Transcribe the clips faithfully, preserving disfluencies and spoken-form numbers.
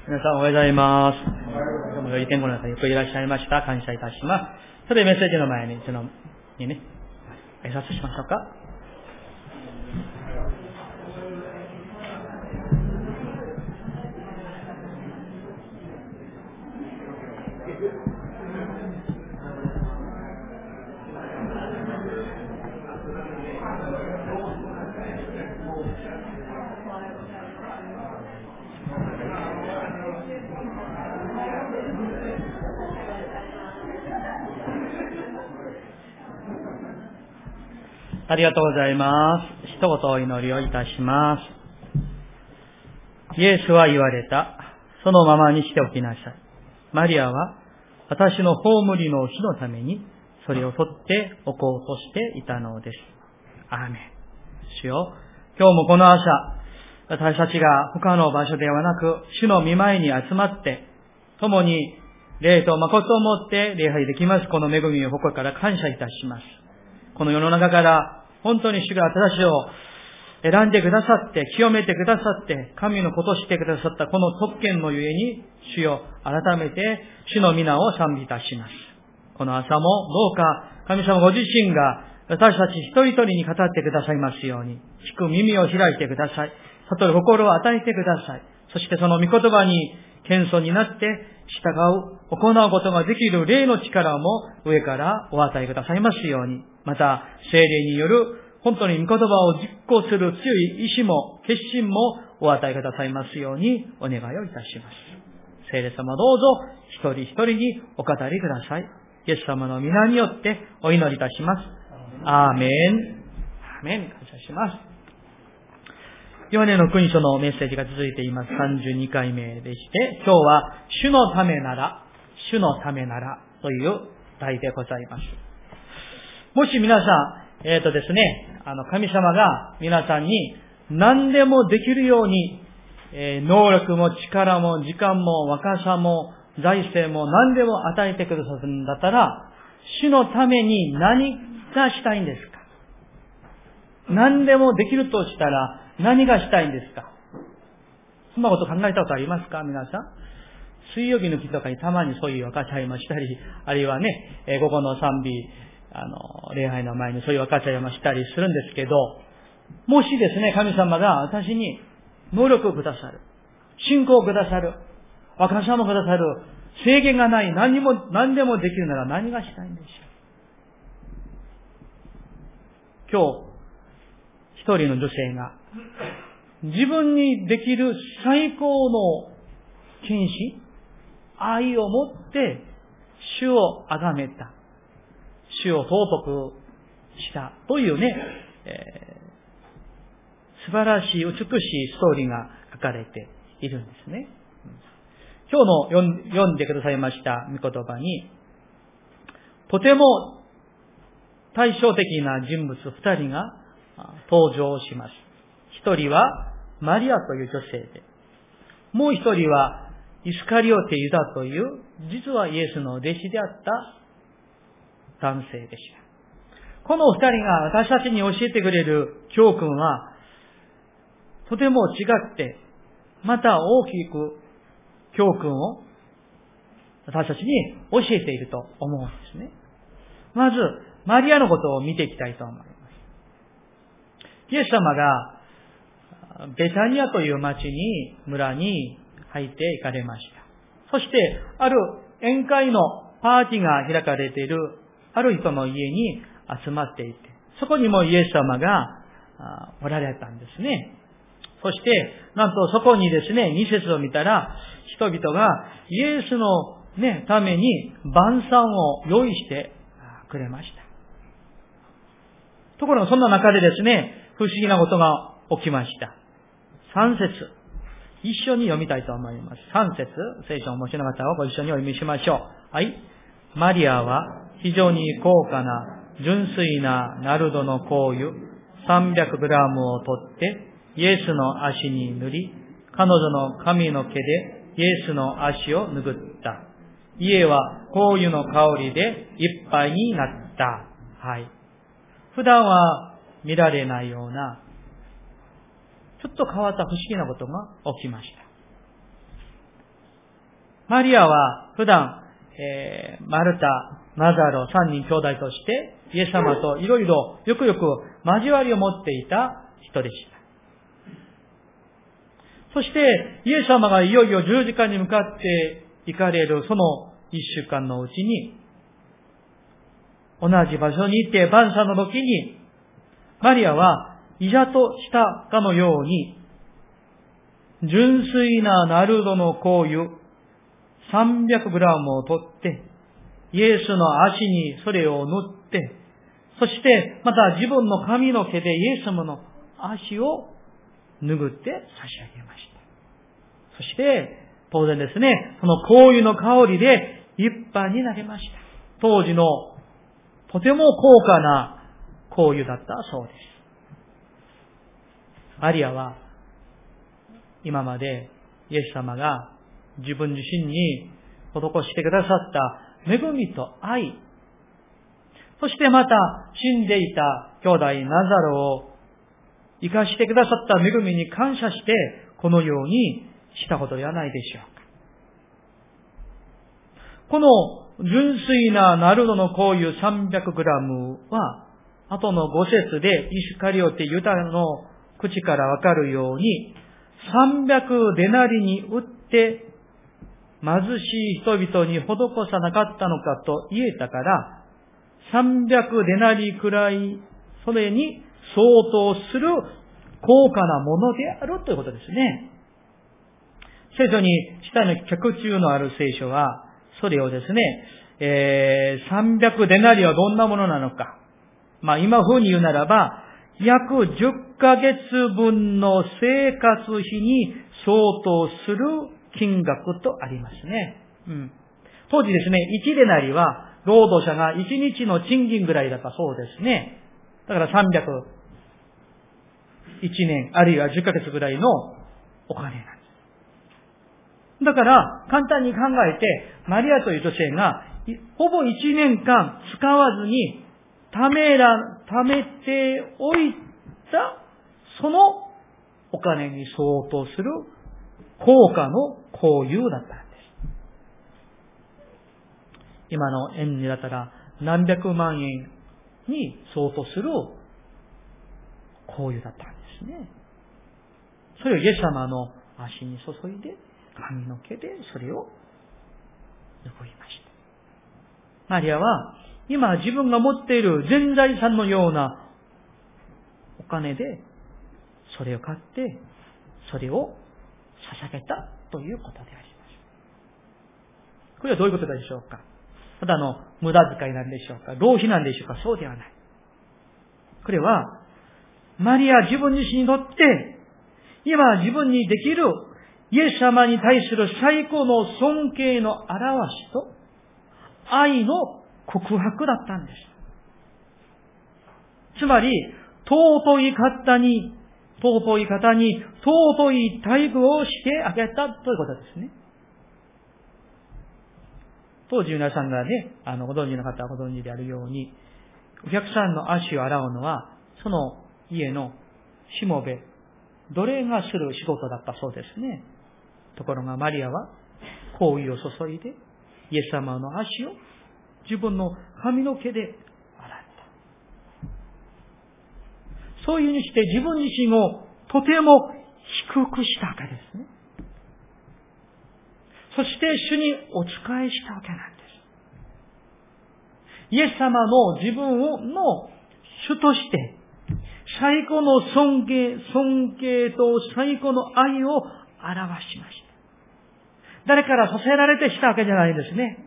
皆さんおはようございます。今日もより天候の中によくいらっしゃいました。感謝いたします。それでメッセージの前に、その、にね、挨拶しましょうか。ありがとうございます。一言お祈りをいたします。イエスは言われた。そのままにしておきなさい。マリアは私の葬りの日のためにそれを取っておこうとしていたのです。アーメン。主よ、今日もこの朝、私たちが他の場所ではなく、主の御前に集まって、共に霊と誠をもって礼拝できます。この恵みを心から感謝いたします。この世の中から本当に主が私を選んでくださって、清めてくださって、神のことをしてくださったこの特権のゆえに、主よ、改めて主の皆を賛美いたします。この朝もどうか神様ご自身が私たち一人一人に語ってくださいますように、聞く耳を開いてください。悟る心を与えてください。そしてその御言葉に謙遜になって従う、行うことができる霊の力も上からお与えくださいますように、また聖霊による本当に御言葉を実行する強い意志も決心もお与えくださいますようにお願いをいたします。聖霊様どうぞ一人一人にお語りください。イエス様の皆によってお祈りいたします。アーメン。アーメン。感謝します。ヨハネの福音書のメッセージが続いています。さんじゅうにかいめでして、今日は主のためなら、主のためならという題でございます。もし皆さん、えっとですね、あの神様が皆さんに何でもできるように、えー、能力も力も時間も若さも財政も何でも与えてくださるんだったら、主のために何がしたいんですか？何でもできるとしたら何がしたいんですか？そんなこと考えたことありますか皆さん？水曜日の日とかにたまにそういう分かち合いましたり、あるいはね、えー、午後の賛美、あの、礼拝の前にそういう分かち合いもしたりするんですけど、もしですね、神様が私に能力をくださる、信仰をくださる、若さもくださる、制限がない、何にも、何でもできるなら何がしたいんでしょう。今日、一人の女性が、自分にできる最高の献身、愛を持って、主を崇めた。主を尊くしたというね、えー、素晴らしい美しいストーリーが書かれているんですね。今日の読んでくださいました御言葉に、とても対照的な人物二人が登場します。一人はマリアという女性で、もう一人はイスカリオテユダという実はイエスの弟子であった男性でした。この二人が私たちに教えてくれる教訓はとても違って、また大きく教訓を私たちに教えていると思うんですね。まずマリアのことを見ていきたいと思います。イエス様がベタニアという町に、村に入って行かれました。そして、ある宴会のパーティーが開かれているある人の家に集まっていて、そこにもイエス様がおられたんですね。そして、なんとそこにですね、に節を見たら、人々がイエスのね、ために晩餐を用意してくれました。ところがそんな中でですね、不思議なことが起きました。さん節、一緒に読みたいと思います。さん節、聖書をお持ちの方はご一緒にお読みしましょう。はい。マリアは非常に高価な純粋なナルドの香油 さんびゃくグラム を取ってイエスの足に塗り、彼女の髪の毛でイエスの足を拭った。家は香油の香りでいっぱいになった。はい。普段は見られないようなちょっと変わった不思議なことが起きました。 マリアは普段、えー、マルタ、ナザロ三人兄弟として、イエス様といろいろよくよく交わりを持っていた人でした。そして、イエス様がいよいよ十字架に向かって行かれるその一週間のうちに、同じ場所に行って晩餐の時に、マリアはいざとしたかのように、純粋なナルドの香油さんびゃくグラムを取って、イエスの足にそれを塗って、そしてまた自分の髪の毛でイエス様の足を拭って差し上げました。そして、当然ですね、その香油の香りで一般になりました。当時のとても高価な香油だったそうです。マリアは、今までイエス様が自分自身に施してくださった恵みと愛、そしてまた死んでいた兄弟ナザロを生かしてくださった恵みに感謝して、このようにしたことではないでしょうか。この純粋なナルドの香油 さんびゃくグラム は、後のご節でイスカリオテユダの口からわかるように、さんびゃくデナリに売って貧しい人々に施さなかったのかと言えたから、さんびゃくデナリくらい、それに相当する高価なものであるということですね。聖書に下の脚注のある聖書は、それをですね、えー、さんびゃくデナリはどんなものなのか。まあ今風に言うならば、約じゅっかげつぶんの生活費に相当する金額とありますね。うん。当時ですね、いちデナリは労働者がいちにちの賃金ぐらいだったそうですね。だからさんびゃくいちねん、あるいはじゅっかげつぐらいのお金なんです。だから、簡単に考えて、マリアという女性が、ほぼいちねんかん使わずに、ためら、ためておいた、そのお金に相当する高価の香油だったんです。今の円にだったら何百万円に相当する香油だったんですね。それをイエス様の足に注いで、髪の毛でそれを拭いました。マリアは今自分が持っている全財産のようなお金でそれを買ってそれを捧げたということであります。これはどういうことでしょうか。ただの無駄遣いなんでしょうか。浪費なんでしょうか。そうではない。これはマリア自分自身にとって今自分にできるイエス様に対する最高の尊敬の表しと愛の告白だったんです。つまり、尊い方に、尊い方に、尊い待遇をしてあげたということですね。当時皆さんがね、あの、ご存知の方はご存知であるように、お客さんの足を洗うのは、その家のしもべ、奴隷がする仕事だったそうですね。ところがマリアは、香油を注いで、イエス様の足を自分の髪の毛で洗った。そういうふうにして自分自身をとても低くしたわけですね。そして主にお仕えしたわけなんです。イエス様の自分の主として、最高の尊敬、尊敬と最高の愛を表しました。誰からさせられてしたわけじゃないんですね。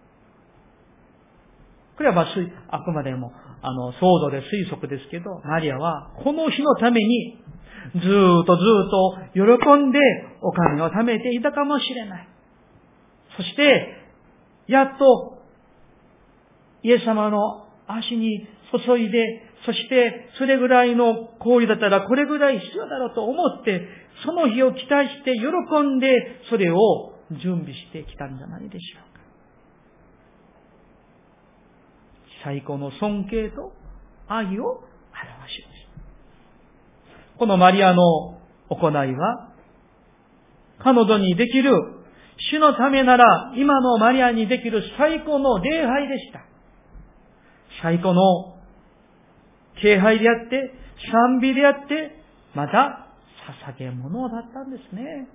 これはまあ、あくまでも、あの、想像で推測ですけど、マリアは、この日のために、ずーっとずーっと喜んでお金を貯めていたかもしれない。そして、やっと、イエス様の足に注いで、そして、それぐらいの行為だったら、これぐらい必要だろうと思って、その日を期待して喜んで、それを準備してきたんじゃないでしょうか。最高の尊敬と愛を表します。このマリアの行いは、彼女にできる主のためなら今のマリアにできる最高の礼拝でした。最高の敬拝であって、賛美であって、また捧げ物だったんですね。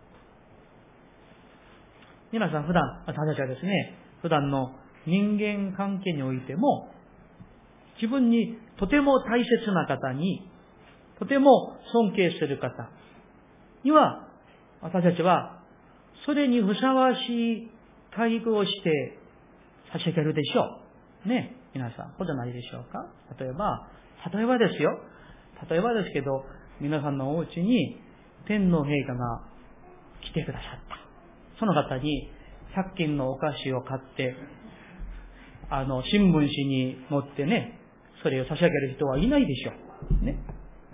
皆さん普段、私たちはですね、普段の人間関係においても、自分にとても大切な方に、とても尊敬する方には、私たちはそれにふさわしい待遇をして差し上げるでしょう。ね。皆さん、そうじゃないでしょうか。例えば、例えばですよ。例えばですけど、皆さんのお家に天皇陛下が来てくださった。その方にひゃく均のお菓子を買って、あの、新聞紙に持ってね、それを差し上げる人はいないでしょう。ね。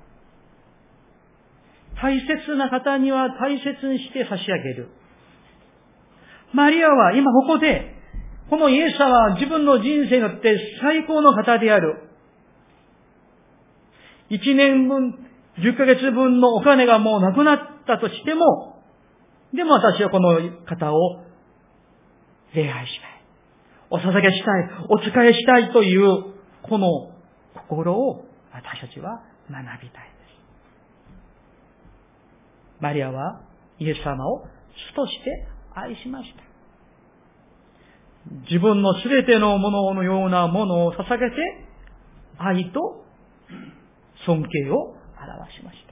大切な方には大切にして差し上げる。マリアは今ここで、このイエス様は自分の人生によって最高の方である。一年分、十ヶ月分のお金がもうなくなったとしても、でも私はこの方を礼拝したい。お捧げしたい。お仕えしたいという、この心を私たちは学びたいです。マリアはイエス様を主として愛しました。自分のすべてのもののようなものを捧げて、愛と尊敬を表しました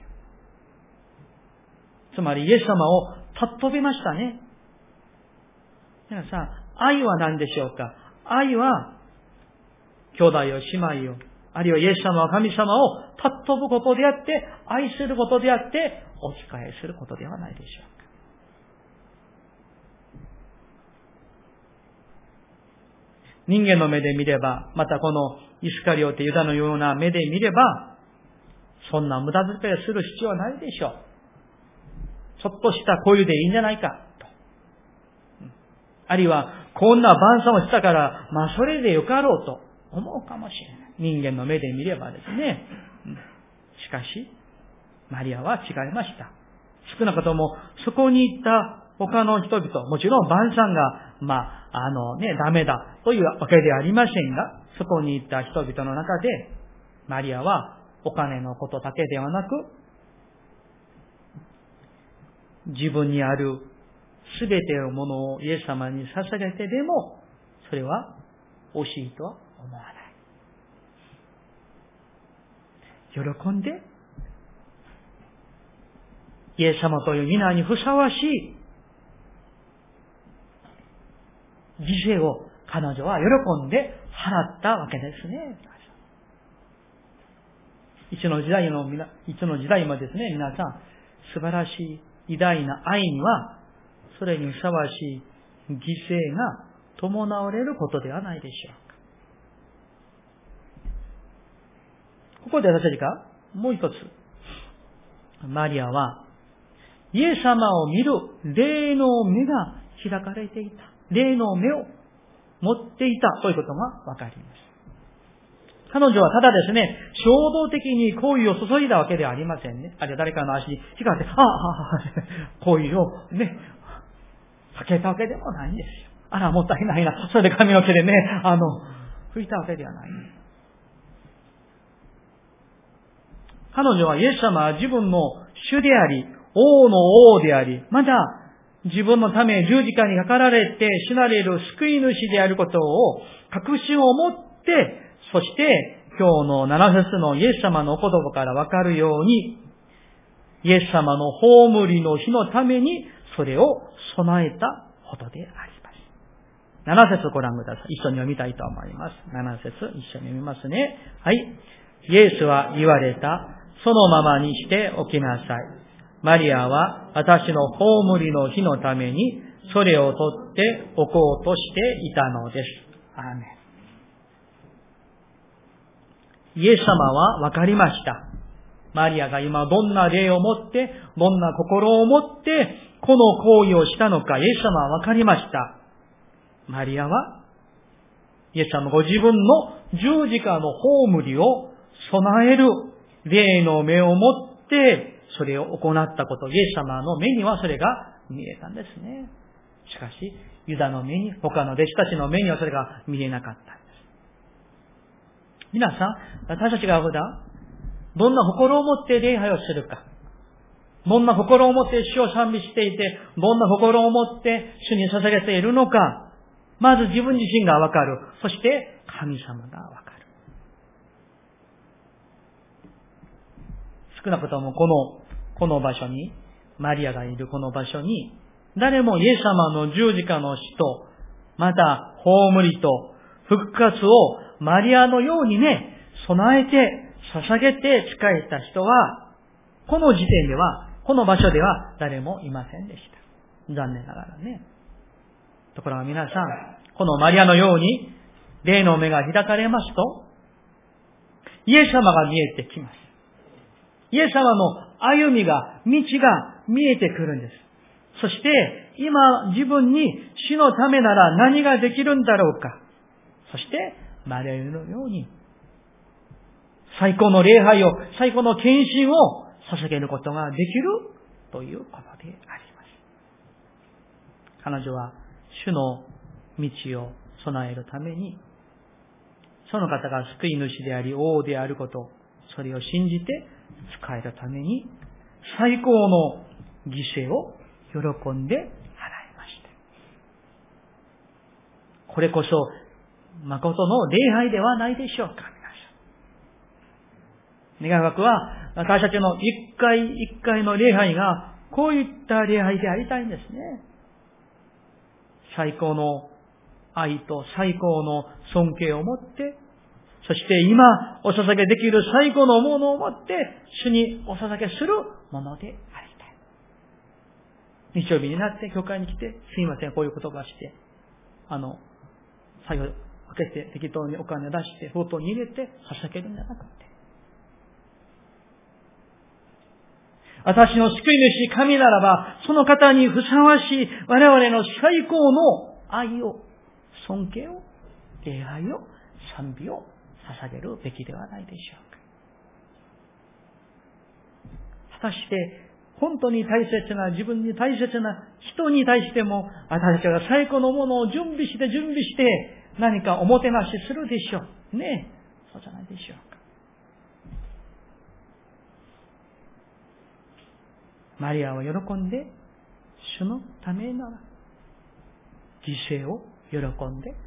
。つまりイエス様を尊びましたね。皆さん、愛は何でしょうか。愛は兄弟よ姉妹よ、あるいはイエス様は神様を尊ぶことであって、愛することであって、お仕えすることではないでしょうか。人間の目で見れば、またこのイスカリオテユダのような目で見れば、そんな無駄遣いする必要はないでしょう。ちょっとした恋でいいんじゃないかと。あるいは、こんな晩餐をしたから、まあそれでよかろうと思うかもしれない。人間の目で見ればですね。しかし、マリアは違いました。少なくとも、そこに行った他の人々、もちろん晩餐が、まあ、あのね、ダメだというわけではありませんが、そこに行った人々の中で、マリアはお金のことだけではなく、自分にあるすべてのものをイエス様に捧げてでも、それは惜しいとは思わない。喜んで、イエス様という皆にふさわしい犠牲を彼女は喜んで払ったわけですね。いつの時代の、いつの時代もですね、皆さん、素晴らしい偉大な愛には、それにふさわしい犠牲が伴われることではないでしょうか。ここで私たちがもう一つ、マリアは、イエス様を見る霊の目が開かれていた。霊の目を持っていたということがわかります。彼女はただですね、衝動的に好意を注いだわけではありませんね。あるいは誰かの足に引かれて、ああ、ああ、好意をね、かけたわけでもないんですよ。あら、もったいないな。それで髪の毛でね、あの、拭いたわけではない。彼女はイエス様は自分の主であり、王の王であり、また自分のため十字架にかかられて死なれる救い主であることを確信を持って、そして今日のなな節のイエス様のお言葉からわかるように、イエス様の葬りの日のためにそれを備えたことであります。なな節ご覧ください。一緒に読みたいと思います。なな節一緒に読みますね。はい。イエスは言われた。そのままにしておきなさい。マリアは私の葬りの日のためにそれを取っておこうとしていたのです。アーメン。イエス様は分かりました。マリアが今どんな霊を持って、どんな心を持って、この行為をしたのか、イエス様は分かりました。マリアは、イエス様ご自分の十字架の葬りを備える霊の目を持って、それを行ったこと、イエス様の目にはそれが見えたんですね。 しかし、ユダの目に、他の弟子たちの目にはそれが見えなかったんです。皆さん、私たちが普段、どんな心を持って礼拝をするか、どんな心を持って主を賛美していて、どんな心を持って主に捧げているのか、まず自分自身がわかる。そして神様がわかる。少なくともこの、この場所に、マリアがいるこの場所に、誰もイエス様の十字架の死と、また、葬りと復活をマリアのようにね、備えて、捧げて仕えた人は、この時点では、この場所では誰もいませんでした。残念ながらね。ところが皆さん、このマリアのように、霊の目が開かれますと、イエス様が見えてきます。イエス様の歩みが、道が見えてくるんです。そして、今自分に死のためなら何ができるんだろうか。そして、マリアのように、最高の礼拝を、最高の献身を捧げることができるということであります。彼女は主の道を備えるために、その方が救い主であり王であること、それを信じて使えるために、最高の犠牲を喜んで払いました。これこそ誠の礼拝ではないでしょうか。願わくは、私たちの一回一回の礼拝が、こういった礼拝でありたいんですね。最高の愛と最高の尊敬を持って、そして今お捧げできる最高のものを持って、主にお捧げするものでありたい。日曜日になって教会に来て、すいません、こういう言葉して、あの、最後開けて適当にお金出して、封筒に入れて捧げるんじゃなくて、私の救い主神ならば、その方にふさわしい我々の最高の愛を、尊敬を、礼拝を、賛美を捧げるべきではないでしょうか。果たして、本当に大切な、自分に大切な人に対しても、私たちが最高のものを準備して準備して、何かおもてなしするでしょう。ねえ、そうじゃないでしょうか。マリアは喜んで、主のためなら、犠牲を喜んで払いました。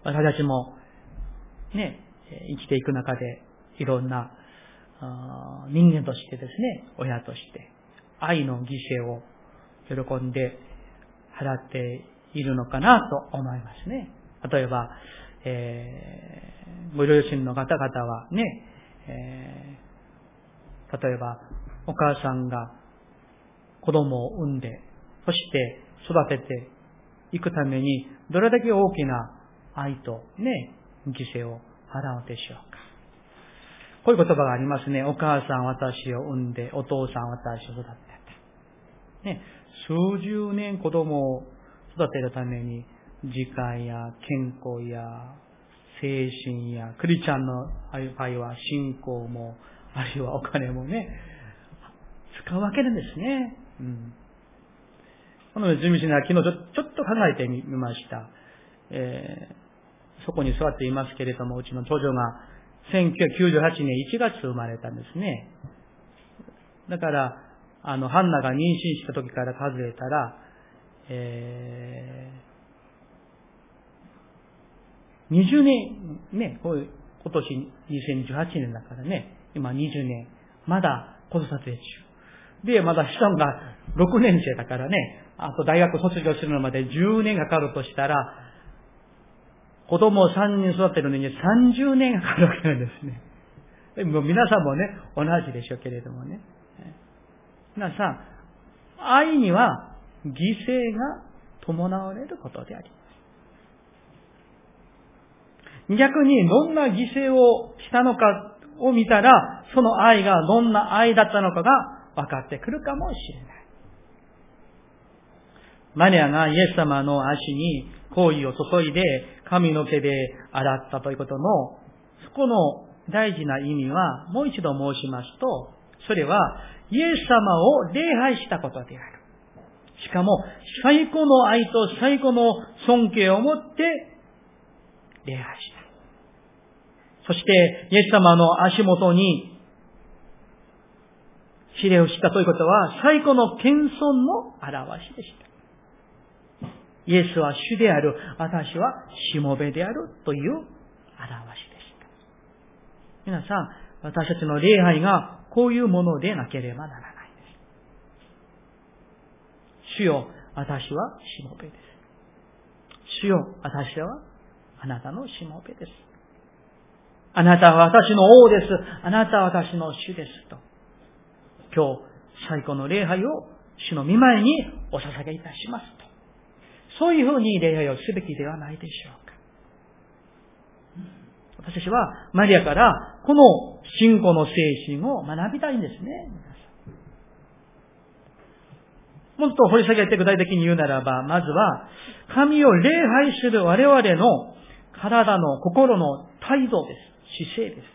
私たちも、ね、生きていく中で、いろんな人間としてですね、親として、愛の犠牲を喜んで払っているのかなと思いますね。例えば、えー、ご両親の方々はね、えー例えば、お母さんが子供を産んで、そして育てていくために、どれだけ大きな愛とね、犠牲を払うでしょうか。こういう言葉がありますね。お母さん私を産んで、お父さん私を育てた。ね、数十年子供を育てるために、時間や健康や精神や、クリスチャンの場合は信仰も、あるいはお金もね、使うわけなんですね。うん。この準備しながら昨日ちょ、ちょっと考えてみました。えー、そこに座っていますけれども、うちの長女がせんきゅうひゃくきゅうじゅうはちねんいちがつ生まれたんですね。だから、あの、ハンナが妊娠した時から数えたら、えー、にじゅうねん、ね、こういう今年にせんじゅうはちねんだからね、今にじゅうねん、まだ子育て中。で、まだ子孫がろくねん生だからね、あと大学卒業するのまでじゅうねんかかるとしたら、子供をさんにん育てるのにさんじゅうねんかかるわけなんですね。でも皆さんもね、同じでしょうけれどもね。皆さん、愛には犠牲が伴われることであります。逆にどんな犠牲をしたのかを見たら、その愛がどんな愛だったのかが分かってくるかもしれない。マリアがイエス様の足に香油を注いで髪の毛で洗ったということの、そこの大事な意味は、もう一度申しますと、それはイエス様を礼拝したことである。 しかも最高の愛と最高の尊敬を持って礼拝した。そしてイエス様の足元にひれをしたということは最高の謙遜の表しでした。イエスは主である、私はしもべであるという表しでした。皆さん、私たちの礼拝がこういうものでなければならないです。主よ、私はしもべです。主よ、私はあなたのしもべです。あなたは私の王です。あなたは私の主ですと。今日、最高の礼拝を主の御前にお捧げいたしますと。そういうふうに礼拝をすべきではないでしょうか。私たちはマリアからこの信仰の精神を学びたいんですね。もっと掘り下げて具体的に言うならば、まずは神を礼拝する我々の体の心の態度です。姿勢です。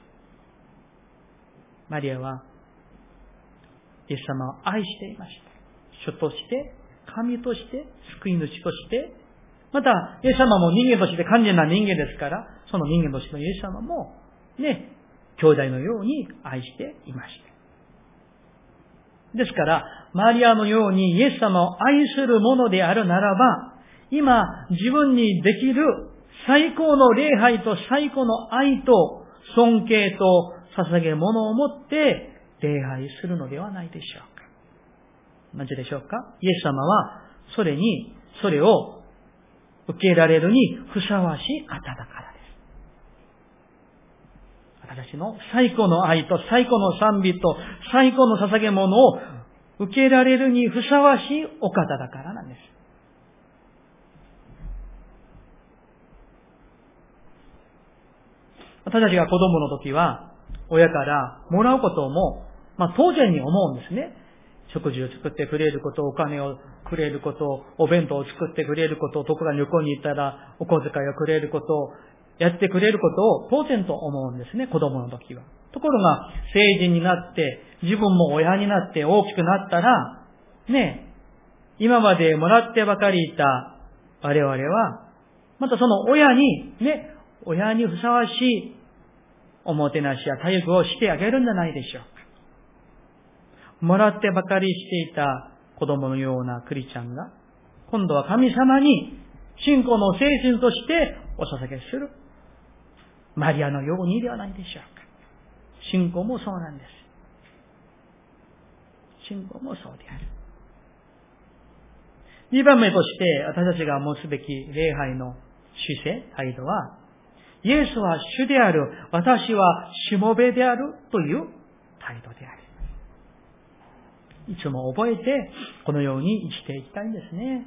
マリアはイエス様を愛していました。主として、神として、救い主として、また、イエス様も人間として完全な人間ですから、その人間としてのイエス様も、ね、兄弟のように愛していました。ですから、マリアのようにイエス様を愛するものであるならば、今、自分にできる最高の礼拝と最高の愛と尊敬と捧げ物を持って礼拝するのではないでしょうか。なぜでしょうか。イエス様は、それに、それを受けられるにふさわしい方だからです。私の最高の愛と最高の賛美と最高の捧げ物を受けられるにふさわしいお方だからなんです。私たちが子供の時は、親からもらうことも、まあ当然に思うんですね。食事を作ってくれること、お金をくれること、お弁当を作ってくれること、どこか旅行に行ったらお小遣いをくれること、やってくれることを当然と思うんですね、子供の時は。ところが、成人になって、自分も親になって大きくなったら、ね、今までもらってばかりいた我々は、またその親に、ね、親にふさわしいおもてなしや待遇をしてあげるんじゃないでしょうか。もらってばかりしていた子供のようなクリちゃんが、今度は神様に信仰の精神としてお捧げする。マリアのようにではないでしょうか。信仰もそうなんです。信仰もそうである。二番目として私たちが持つべき礼拝の姿勢、態度は、イエスは主である、私はしもべであるという態度である。いつも覚えて、このように生きていきたいんですね。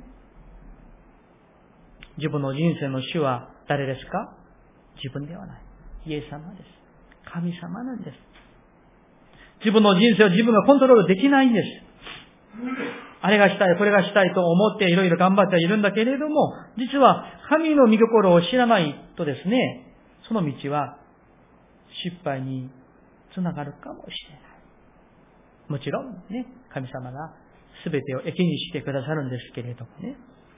自分の人生の主は誰ですか？自分ではない。イエス様です。神様なんです。自分の人生を自分がコントロールできないんです。あれがしたい、これがしたいと思っていろいろ頑張っているんだけれども、実は神の御心を知らないとですね、その道は失敗につながるかもしれない。もちろんね、神様が全てを益にしてくださるんですけれどもね。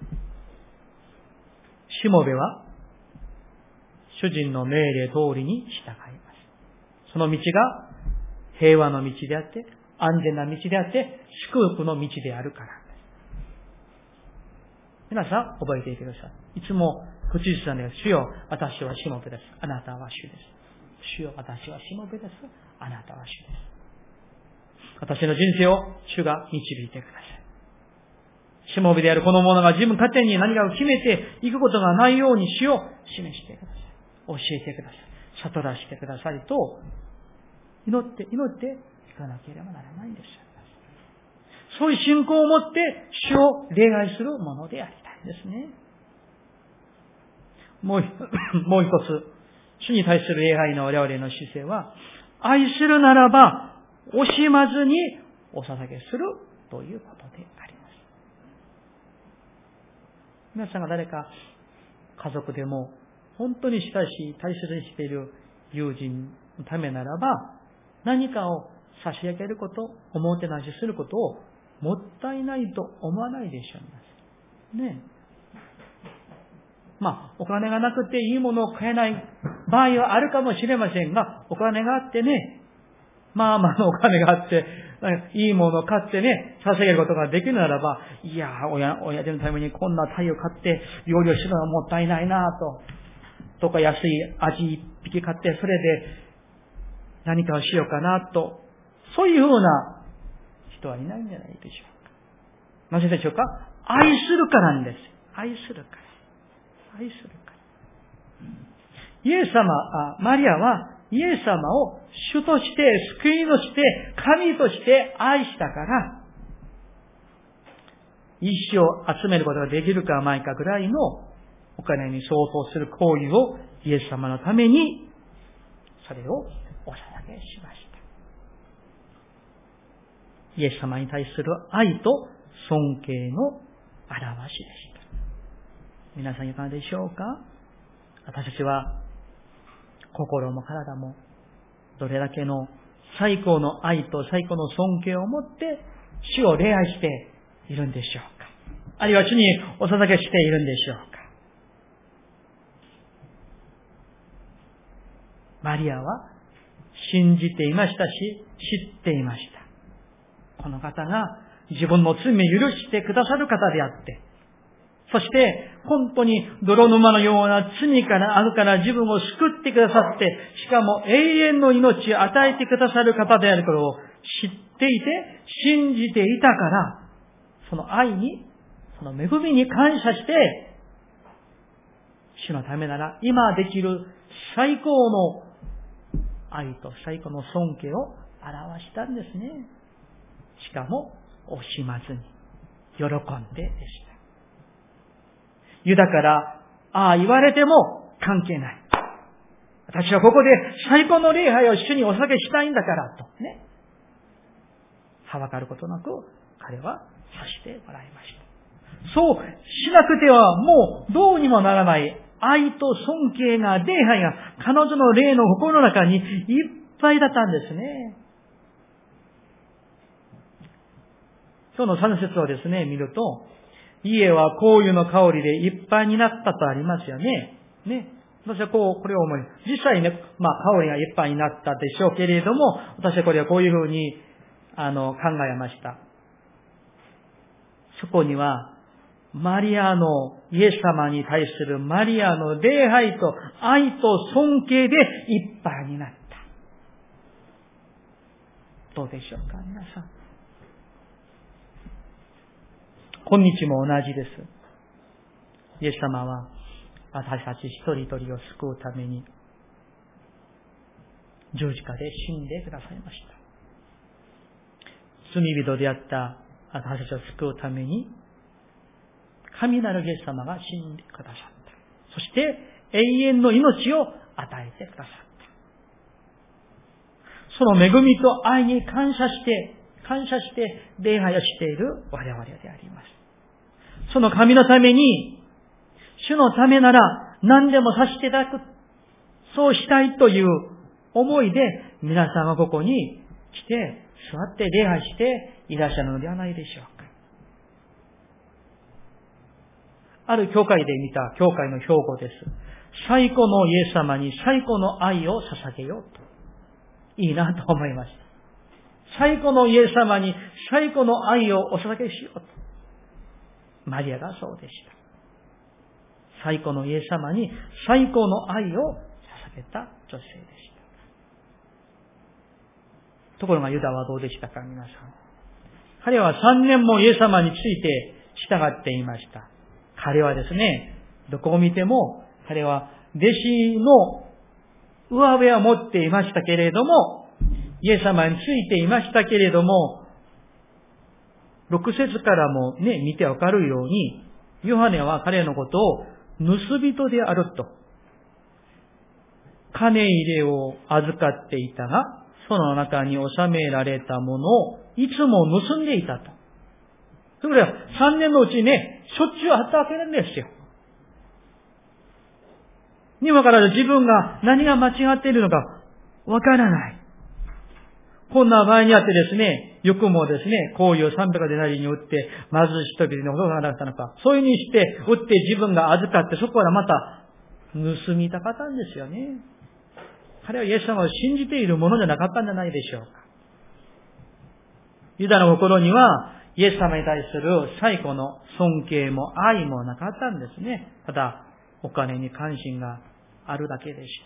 しもべは主人の命令通りに従います。その道が平和の道であって、安全な道であって、祝福の道であるからです。皆さん覚えていてください。いつも口ずさんで、主よ、私はしもべです。あなたは主です。主よ、私はしもべです。あなたは主です。私の人生を主が導いてください。しもべであるこの者が自分勝手に何かを決めていくことがないように主を示してください。教えてください。悟らせてくださいと、祈って祈っていかなければならないんです。そういう信仰を持って主を礼拝するものでありたいんですね。もう、もう一つ、主に対する礼拝の我々の姿勢は、愛するならば、惜しまずにお捧げするということであります。皆さんが誰か家族でも本当に親しい、大切にしている友人のためならば、何かを差し上げること、おもてなしすることをもったいないと思わないでしょうね。まあ、お金がなくていいものを買えない場合はあるかもしれませんが、お金があってね、まあまあのお金があって、いいものを買ってね、捧げることができるならば、いや、親、親父のためにこんな鯛を買って料理をするのはもったいないなと、とか安いアジ一匹買って、それで何かをしようかなと、そういうふうな人はいないんじゃないでしょうか。なぜでしょうか？愛するからなんです。愛するから。愛するから。イエス様、あ、マリアはイエス様を主として、救いとして、神として愛したから、一生集めることができるかないかぐらいのお金に相当する行為をイエス様のために、それをお捧げしました。イエス様に対する愛と尊敬の表しでした。皆さんいかがでしょうか？私たちは心も体もどれだけの最高の愛と最高の尊敬を持って主を礼拝しているんでしょうか？あるいは主にお捧げしているんでしょうか？マリアは信じていましたし、知っていました。この方が自分の罪を許してくださる方であって、そして、本当に泥沼のような罪からあるから自分を救ってくださって、しかも永遠の命を与えてくださる方であることを知っていて、信じていたから、その愛に、その恵みに感謝して、主のためなら今できる最高の愛と最高の尊敬を表したんですね。しかも、惜しまずに、喜んででした。ユダから、ああ言われても関係ない。私はここで最高の礼拝を主にお捧げしたいんだから、とね。はばかることなく、彼はさしてもらいました。そうしなくてはもうどうにもならない愛と尊敬が、礼拝が彼女の霊の心の中にいっぱいだったんですね。今日のさん節をですね、見ると、家は香油の香りでいっぱいになったとありますよね。ね。私はこう、これを思い、実際ね、まあ香りがいっぱいになったでしょうけれども、私はこれはこういうふうに、あの、考えました。そこには、マリアの、イエス様に対するマリアの礼拝と愛と尊敬でいっぱいになった。どうでしょうか、皆さん。今日も同じです。イエス様は私たち一人一人を救うために十字架で死んでくださいました。罪人であった私たちを救うために神なるイエス様が死んでくださった。そして永遠の命を与えてくださった。その恵みと愛に感謝して感謝して礼拝をしている我々であります。その神のために、主のためなら何でもさせていただく、そうしたいという思いで皆さんはここに来て、座って礼拝していらっしゃるのではないでしょうか。ある教会で見た教会の標語です。最高のイエス様に最高の愛を捧げようと。いいなと思いました。最高のイエス様に最高の愛をお捧げしようと。マリアがそうでした。最高のイエス様に最高の愛を捧げた女性でした。ところがユダはどうでしたか、皆さん。彼はさんねんもイエス様について従っていました。彼はですね、どこを見ても彼は弟子の上辺を持っていましたけれども、イエス様についていましたけれども、ろく節からもね、見てわかるように、ヨハネは彼のことを盗人であると。金入れを預かっていたが、その中に収められたものをいつも盗んでいたと。それはさんねんのうちにね、しょっちゅうあったわけなんですよ。にもかかわらず自分が何が間違っているのかわからない。 こんな場合にあってですね、欲もですね、行為をさんびゃくデナリに売って、貧しい人々に驚かなかったのか。そういうふうにして、売って自分が預かって、そこからまた、盗みたかったんですよね。彼はイエス様を信じているものじゃなかったんじゃないでしょうか。ユダの心には、イエス様に対する最古の尊敬も愛もなかったんですね。ただ、お金に関心があるだけでした。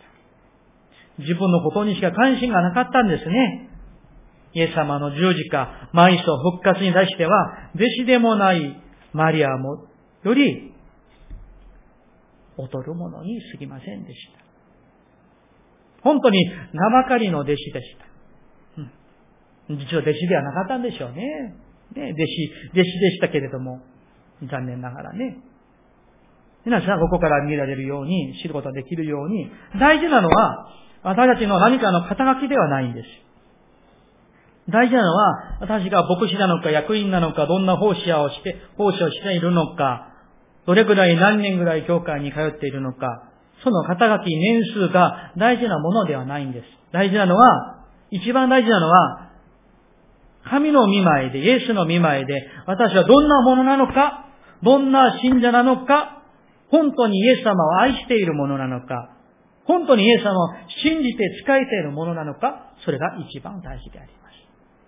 自分のことにしか関心がなかったんですね。イエス様の十字架、埋葬、復活に対しては、弟子でもないマリアもより、劣るものに過ぎませんでした。本当に名ばかりの弟子でした。うん、実は弟子ではなかったんでしょうね。ね、弟子、弟子でしたけれども、残念ながらね。皆さん、ここから見られるように、知ることができるように、大事なのは、私たちの何かの肩書きではないんです。大事なのは、私が牧師なのか、役員なのか、どんな奉仕をして、奉仕をしているのか、どれくらい何年ぐらい教会に通っているのか、その肩書き、年数が大事なものではないんです。大事なのは、一番大事なのは、神の御前で、イエスの御前で、私はどんなものなのか、どんな信者なのか、本当にイエス様を愛しているものなのか、本当にイエス様を信じて仕えているものなのか、それが一番大事であります。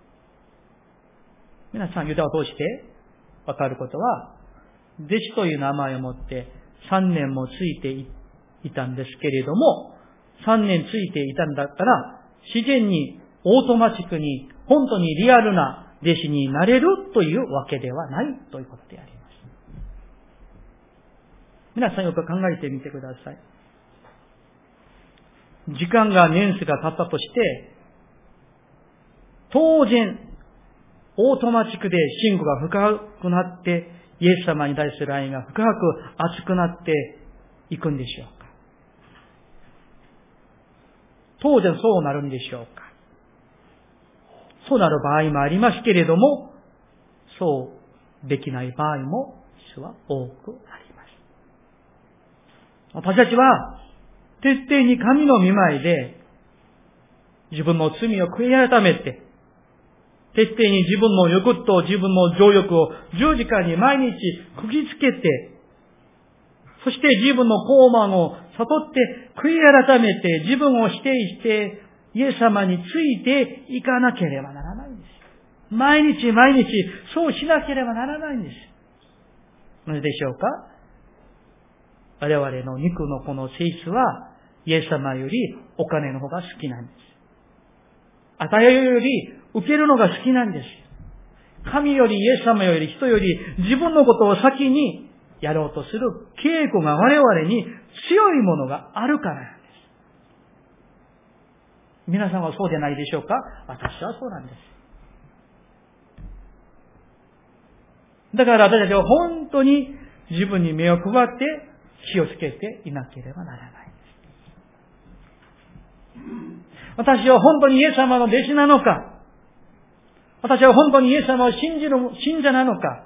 皆さん、ユダを通してわかることは、弟子という名前を持ってさんねんもついていたんですけれども、さんねんついていたんだったら、自然にオートマチックに本当にリアルな弟子になれるというわけではないということであります。皆さんよく考えてみてください。時間が年数が経ったとして、当然、オートマチックで信仰が深くなって、イエス様に対する愛が深く熱くなっていくんでしょうか。当然そうなるんでしょうか。そうなる場合もありますけれども、そうできない場合も実は多くあります。私たちは徹底に神の御前で自分の罪を悔い改めて、徹底に自分の欲と自分の情欲を十字架に毎日釘付けて、そして自分の傲慢を悟って悔い改めて自分を否定してイエス様についていかなければならないんです。毎日毎日そうしなければならないんです。なぜでしょうか？我々の肉のこの性質はイエス様よりお金の方が好きなんです。与えるより受けるのが好きなんです。神よりイエス様より人より自分のことを先にやろうとする傾向が我々に強いものがあるからなんです。皆さんはそうでないでしょうか？私はそうなんです。だから私たちは本当に自分に目を配って気をつけていなければならない。私は本当にイエス様の弟子なのか、私は本当にイエス様を信じる信者なのか、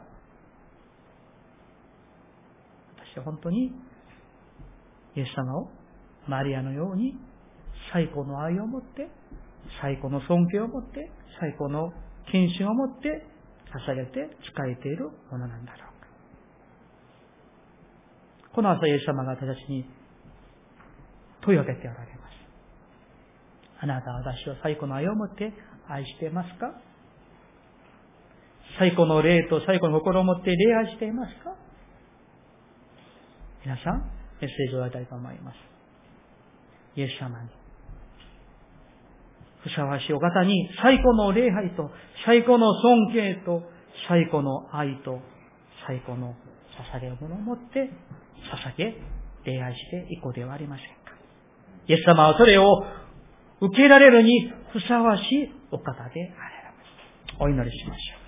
私は本当にイエス様をマリアのように最高の愛を持って、最高の尊敬を持って、最高の献身を持って捧げて仕えているものなんだろうか。この朝イエス様が私たちに問いかけておられます。あなたは私を最高の愛を持って愛していますか？最高の霊と最高の心を持って礼愛していますか？皆さん、メッセージをいただきたいと思います。イエス様にふさわしいお方に最高の礼拝と最高の尊敬と最高の愛と最高の捧げ物を持って捧げ礼拝していこうではありませんか。イエス様はそれを受けられるにふさわしいお方であられます。お祈りしましょう。